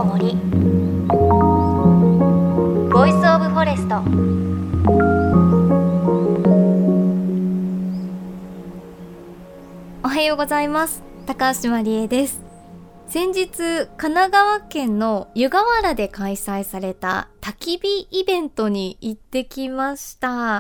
の森ボイスオブフォレスト。おはようございます。高橋真理恵です。先日神奈川県の湯河原で開催された焚き火イベントに行ってきました。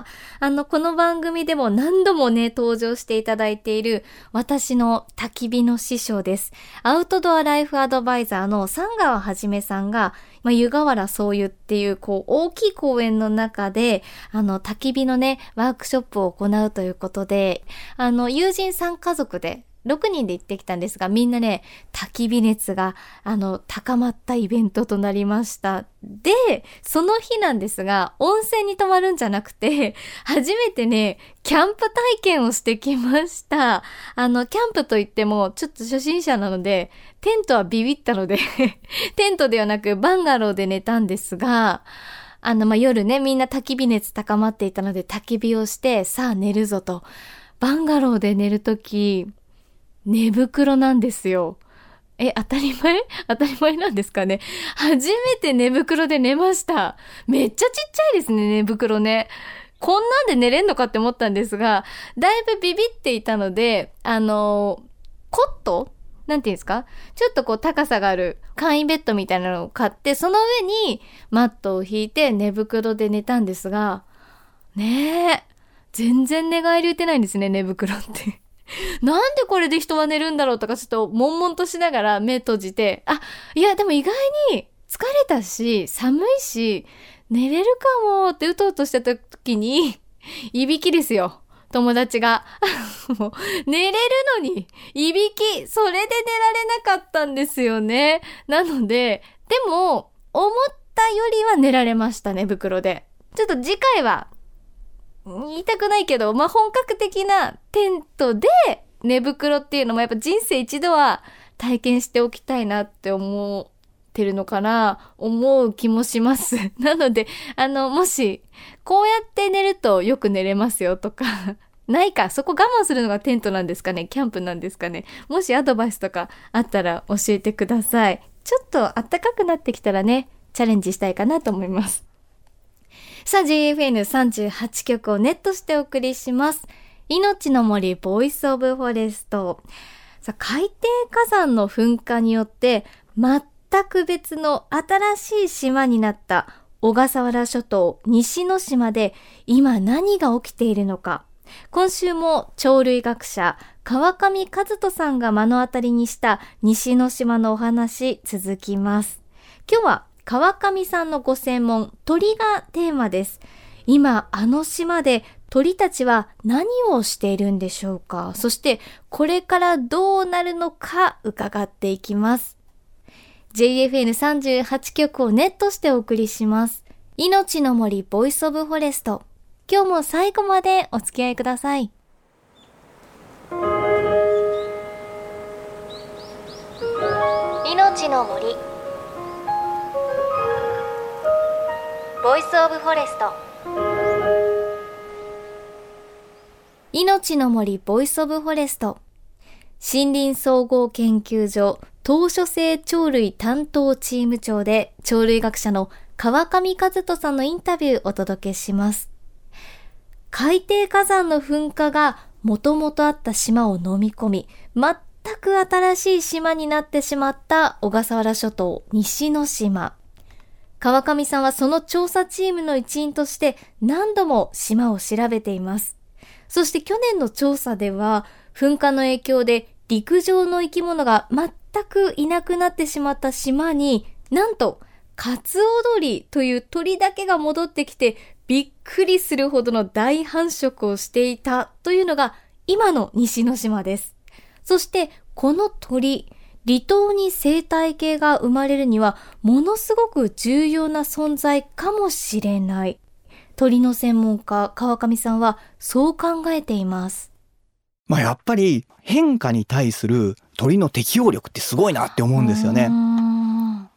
この番組でも何度もね登場していただいている私の焚き火の師匠です。アウトドアライフアドバイザーの三川はじめさんが、湯河原そうゆっていう大きい公園の中で焚き火のねワークショップを行うということで、友人3家族で6人で行ってきたんですが、みんなね焚き火熱が高まったイベントとなりました。でその日なんですが、温泉に泊まるんじゃなくて初めてねキャンプ体験をしてきました。キャンプといってもちょっと初心者なのでテントはビビったのでテントではなくバンガローで寝たんですが、夜ねみんな焚き火熱高まっていたので焚き火をして、さあ寝るぞと。バンガローで寝るとき寝袋なんですよ。当たり前なんですかね。初めて寝袋で寝ました。めっちゃちっちゃいですね、寝袋ね。こんなんで寝れんのかって思ったんですが、だいぶビビっていたので、コットなんていうんですか、ちょっと高さがある簡易ベッドみたいなのを買って、その上にマットを引いて寝袋で寝たんですが、ねえ、全然寝返り打てないんですね、寝袋って。なんでこれで人は寝るんだろうとか、ちょっと悶々としながら目閉じて、いやでも意外に疲れたし寒いし寝れるかもってうとうとしてた時にいびきですよ、友達がもう寝れるのにいびき、それで寝られなかったんですよね。なのででも思ったよりは寝られましたね、袋で。ちょっと次回は言いたくないけど、本格的なテントで寝袋っていうのもやっぱ人生一度は体験しておきたいなって思ってるのかな、思う気もしますなのでもしこうやって寝るとよく寝れますよとかないか、そこ我慢するのがテントなんですかね、キャンプなんですかね。もしアドバイスとかあったら教えてください。ちょっと暖かくなってきたらねチャレンジしたいかなと思います。さあ JFN38 曲をネットしてお送りします。命の森ボイスオブフォレスト。さあ海底火山の噴火によって全く別の新しい島になった小笠原諸島西之島で今何が起きているのか、今週も鳥類学者川上和人さんが目の当たりにした西之島のお話続きます。今日は川上さんのご専門鳥がテーマです。今島で鳥たちは何をしているんでしょうか。そしてこれからどうなるのか伺っていきます。 JFN38 曲をネットしてお送りします。命の森ボイスオブフォレスト。今日も最後までお付き合いください。命の森ボイスオブフォレスト。命の森ボイスオブフォレスト。森林総合研究所島嶼性鳥類担当チーム長で鳥類学者の川上和人さんのインタビューをお届けします。海底火山の噴火がもともとあった島を飲み込み、全く新しい島になってしまった小笠原諸島西之島。川上さんはその調査チームの一員として何度も島を調べています。そして去年の調査では噴火の影響で陸上の生き物が全くいなくなってしまった島に、なんとカツオドリという鳥だけが戻ってきてびっくりするほどの大繁殖をしていたというのが今の西之島です。そしてこの鳥、離島に生態系が生まれるにはものすごく重要な存在かもしれない。鳥の専門家川上さんはそう考えています。 やっぱり変化に対する鳥の適応力ってすごいなって思うんですよね。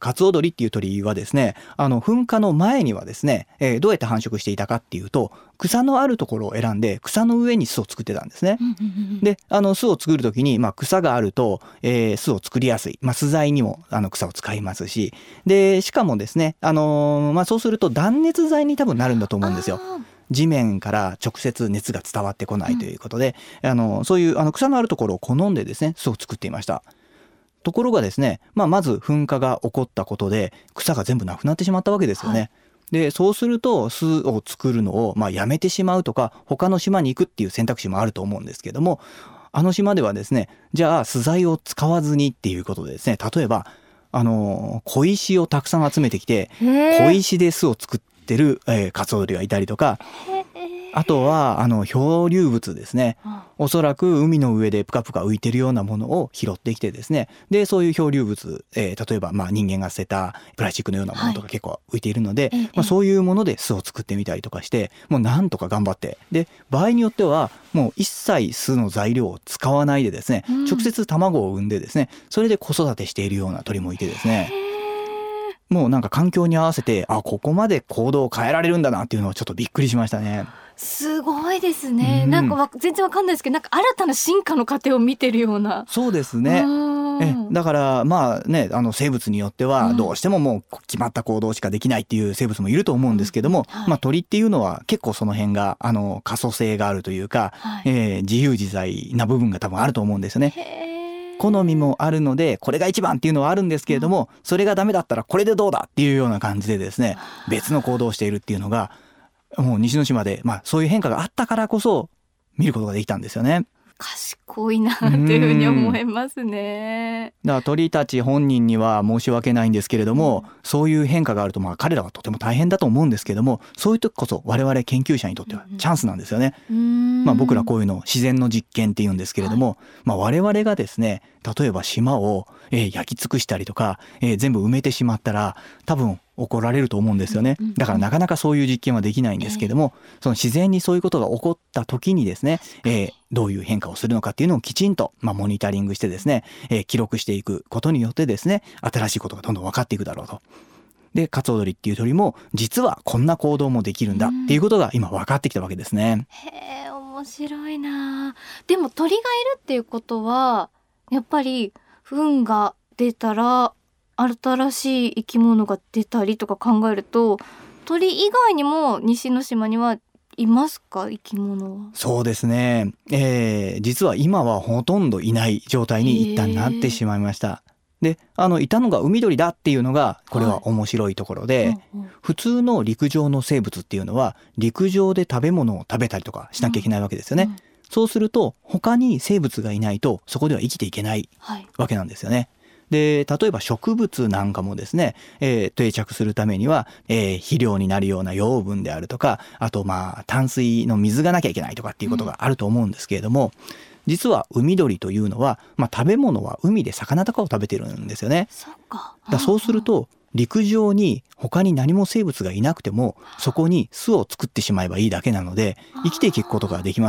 カツオドリっていう鳥はですね、噴火の前にはですね、どうやって繁殖していたかっていうと、草のあるところを選んで草の上に巣を作ってたんですね。で、巣を作るときに、草があると、巣を作りやすい。巣材にも草を使いますし、で、しかもですね、そうすると断熱材に多分なるんだと思うんですよ。地面から直接熱が伝わってこないということで、そういう草のあるところを好んでですね、巣を作っていました。ところがですね、まず噴火が起こったことで草が全部なくなってしまったわけですよね。で、そうすると巣を作るのをやめてしまうとか、他の島に行くっていう選択肢もあると思うんですけども、あの島ではですね、じゃあ巣材を使わずにっていうことでですね、例えば小石をたくさん集めてきて、小石で巣を作ってる、カツオドリがいたりとか、あとは漂流物ですね。おそらく海の上でプカプカ浮いてるようなものを拾ってきてですね、でそういう漂流物、例えば人間が捨てたプラスチックのようなものとか結構浮いているので、そういうもので巣を作ってみたりとかして、もうなんとか頑張って、で場合によってはもう一切巣の材料を使わないでですね、直接卵を産んでですね、それで子育てしているような鳥もいてですね、もうなんか環境に合わせてここまで行動を変えられるんだなっていうのはちょっとびっくりしましたね。 すごいですね。なんか全然わかんないですけど、なんか新たな進化の過程を見てるような。 そうですね。だから生物によってはどうしてももう決まった行動しかできないっていう生物もいると思うんですけども、鳥っていうのは結構その辺が可塑性があるというか、自由自在な部分が多分あると思うんですよね。好みもあるので、これが一番っていうのはあるんですけれども、それがダメだったらこれでどうだっていうような感じでですね、別の行動をしているっていうのがもう西之島で、そういう変化があったからこそ見ることができたんですよね。 賢いなっていうふうに思いますね。 だから鳥たち本人には申し訳ないんですけれども、そういう変化があると彼らはとても大変だと思うんですけども、そういう時こそ我々研究者にとってはチャンスなんですよね。僕らこういうのを自然の実験っていうんですけれども、我々がですね、例えば島を焼き尽くしたりとか、全部埋めてしまったら多分怒られると思うんですよね。だからなかなかそういう実験はできないんですけども、その自然にそういうことが起こった時にですね、どういう変化をするのかっていうのをきちんとモニタリングしてですね、記録していくことによってですね、新しいことがどんどん分かっていくだろうと。で、カツオドリっていう鳥も実はこんな行動もできるんだっていうことが今分かってきたわけですね。 へー、面白いな。でも鳥がいるっていうことはやっぱり糞が出たら新しい生き物が出たりとか考えると、鳥以外にも西之島にはいますか、生き物は。 そうですね、実は今はほとんどいない状態に一旦なってしまいました。で、いたのが海鳥だっていうのがこれは面白いところで、普通の陸上の生物っていうのは陸上で食べ物を食べたりとかしなきゃいけないわけですよね。そうすると他に生物がいないとそこでは生きていけないわけなんですよね。で、例えば植物なんかもですね、定着するためには、肥料になるような養分であるとか、あと淡水の水がなきゃいけないとかっていうことがあると思うんですけれども、実は海鳥というのは、食べ物は海で魚とかを食べてるんですよね。そうすると陸上に他に何も生物がいなくてもそこに巣を作ってしまえばいいだけなので生きていくことができます。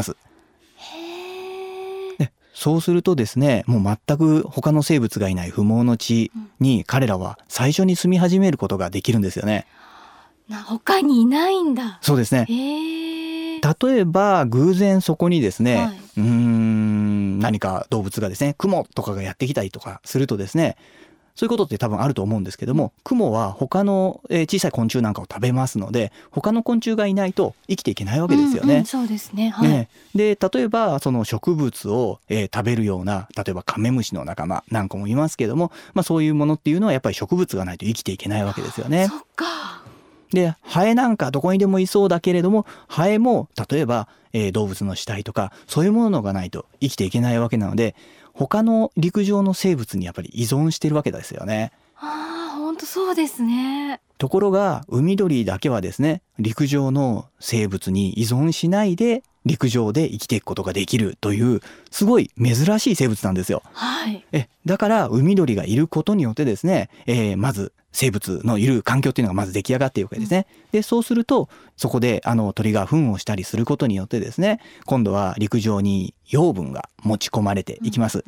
そうするとですね、もう全く他の生物がいない不毛の地に彼らは最初に住み始めることができるんですよね。 他にいないんだ。 そうですね。例えば偶然そこにですね、何か動物がですね、クモとかがやってきたりとかするとですね、そういうことって多分あると思うんですけども、クモは他の小さい昆虫なんかを食べますので、他の昆虫がいないと生きていけないわけですよね。 そうですね。 で、例えばその植物を食べるような、例えばカメムシの仲間なんかもいますけども、そういうものっていうのはやっぱり植物がないと生きていけないわけですよね。 そっか。 で、ハエなんかどこにでもいそうだけれども、ハエも例えば、動物の死体とかそういうものがないと生きていけないわけなので、他の陸上の生物にやっぱり依存してるわけですよね。 本当そうですね。 ところが海鳥だけはですね、陸上の生物に依存しないで陸上で生きていくことができるというすごい珍しい生物なんですよ。だから海鳥がいることによってですね、まず生物のいる環境っていうのがまず出来上がっているわけですね。で、そうするとそこで鳥が糞をしたりすることによってですね、今度は陸上に養分が持ち込まれていきます。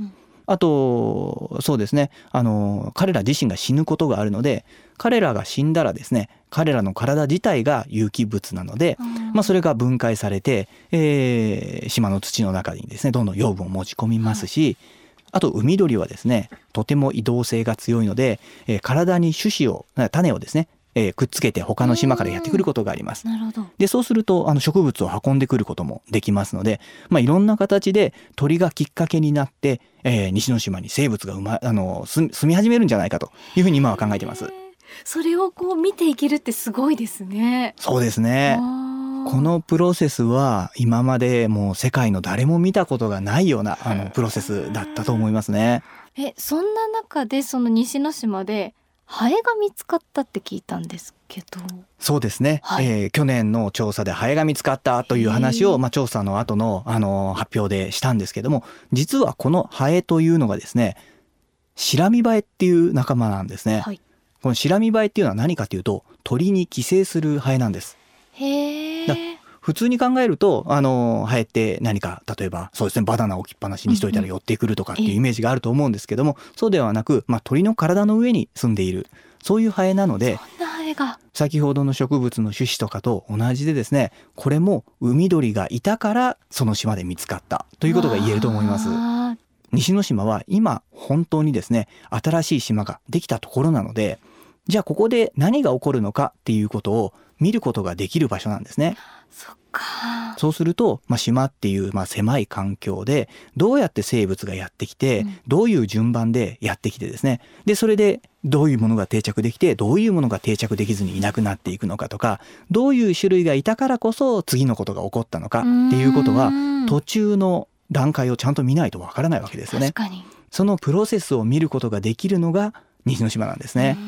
あとそうですね、彼ら自身が死ぬことがあるので、彼らが死んだらですね、彼らの体自体が有機物なので、それが分解されて、島の土の中にですねどんどん養分を持ち込みますし、あと海鳥はですねとても移動性が強いので、体に種子を種をですねくっつけて他の島からやってくることがあります。 なるほど。 でそうすると植物を運んでくることもできますので、いろんな形で鳥がきっかけになって、西之島に生物が住み始めるんじゃないかというふうに今は考えています。 それをこう見ていけるってすごいですね。 そうですね。このプロセスは今までもう世界の誰も見たことがないようなプロセスだったと思いますね。 そんな中でその西之島でハエが見つかったって聞いたんですけど。 そうですね、去年の調査でハエが見つかったという話を、調査の後の、発表でしたんですけども、実はこのハエというのがですねシラミバエっていう仲間なんですね。このシラミバエっていうのは何かというと鳥に寄生するハエなんです。普通に考えるとハエって何か例えばそうですねバナナを置きっぱなしにしといたら寄ってくるとかっていうイメージがあると思うんですけども、そうではなく、鳥の体の上に住んでいるそういうハエなので、 そんなハエが先ほどの植物の種子とかと同じでですね、これも海鳥がいたからその島で見つかったということが言えると思います。西之島は今本当にですね新しい島ができたところなので、じゃあここで何が起こるのかっていうことを見ることができる場所なんですね。 そっか。 そうすると、島っていう、狭い環境でどうやって生物がやってきて、どういう順番でやってきてですね、でそれでどういうものが定着できてどういうものが定着できずにいなくなっていくのかとか、どういう種類がいたからこそ次のことが起こったのかっていうことは途中の段階をちゃんと見ないとわからないわけですよね。 確かに。 そのプロセスを見ることができるのが西之島なんですね。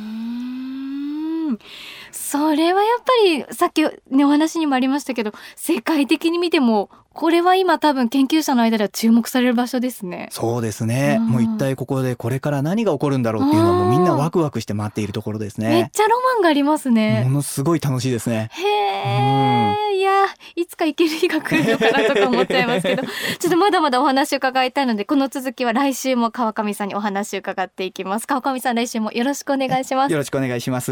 それはやっぱりさっきねお話にもありましたけど、世界的に見てもこれは今多分研究者の間では注目される場所ですね。 そうですね、もう一体ここでこれから何が起こるんだろうっていうのはもうみんなワクワクして待っているところですね。 めっちゃロマンがありますね。 ものすごい楽しいですね。 いやいつか行ける日が来るのかなとか思っちゃいますけどちょっとまだまだお話を伺いたいので、この続きは来週も川上さんにお話を伺っていきます。川上さん、来週もよろしくお願いします。 よろしくお願いします。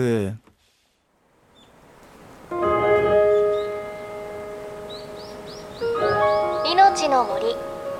命の森、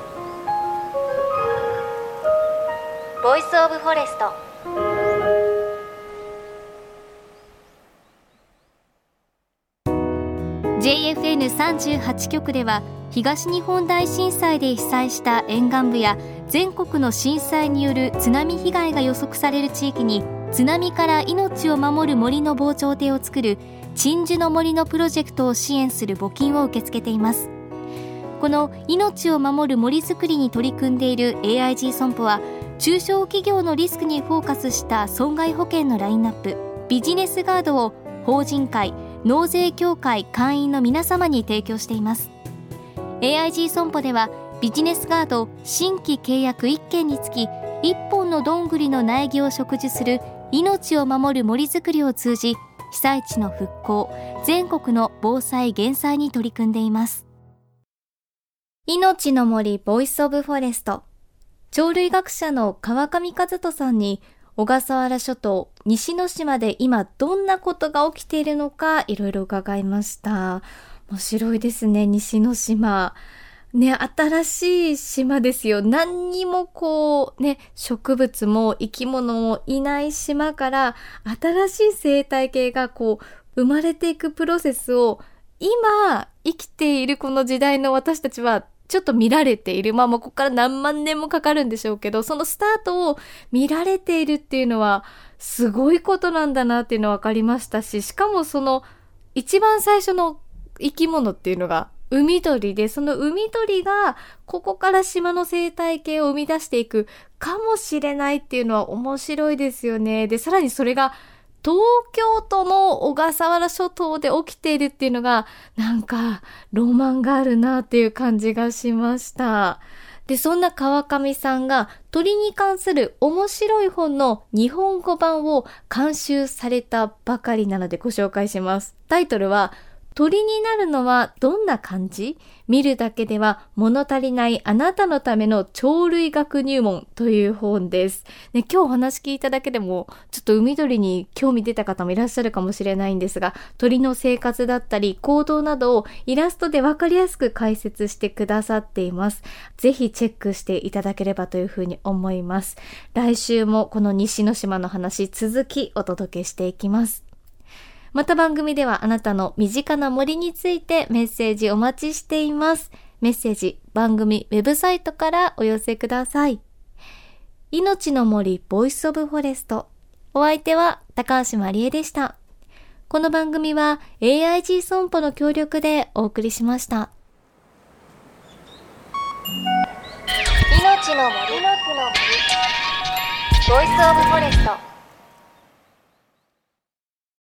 ボイスオブフォレスト。JFN38 局では東日本大震災で被災した沿岸部や全国の震災による津波被害が予測される地域に津波から命を守る森の防潮堤を作る鎮守の森のプロジェクトを支援する募金を受け付けています。この命を守る森づくりに取り組んでいる AIG 損保は中小企業のリスクにフォーカスした損害保険のラインナップビジネスガードを法人会、納税協会会員の皆様に提供しています。 AIG 損保ではビジネスガード新規契約1件につき1本のどんぐりの苗木を植樹する命を守る森づくりを通じ、被災地の復興、全国の防災減災に取り組んでいます。命の森ボイスオブフォレスト、鳥類学者の川上和人さんに小笠原諸島西之島で今どんなことが起きているのかいろいろ伺いました。面白いですね。西之島ね、新しい島ですよ。何にも植物も生き物もいない島から新しい生態系が生まれていくプロセスを今生きているこの時代の私たちはちょっと見られている。もうここから何万年もかかるんでしょうけど、そのスタートを見られているっていうのはすごいことなんだなっていうの分かりましたし、しかもその一番最初の生き物っていうのが海鳥で、その海鳥がここから島の生態系を生み出していくかもしれないっていうのは面白いですよね。で、さらにそれが東京都の小笠原諸島で起きているっていうのがなんかロマンがあるなっていう感じがしました。で、そんな川上さんが鳥に関する面白い本の日本語版を監修されたばかりなのでご紹介します。タイトルは鳥になるのはどんな感じ？見るだけでは物足りないあなたのための鳥類学入門という本です。ね、今日お話聞いただけでもちょっと海鳥に興味出た方もいらっしゃるかもしれないんですが、鳥の生活だったり行動などをイラストでわかりやすく解説してくださっています。ぜひチェックしていただければというふうに思います。来週もこの西之島の話続きお届けしていきます。また番組ではあなたの身近な森についてメッセージお待ちしています。メッセージ番組ウェブサイトからお寄せください。命の森ボイスオブフォレスト。お相手は高橋まりえでした。この番組は AIG 損保の協力でお送りしました。命の森ボイスオブフォレスト。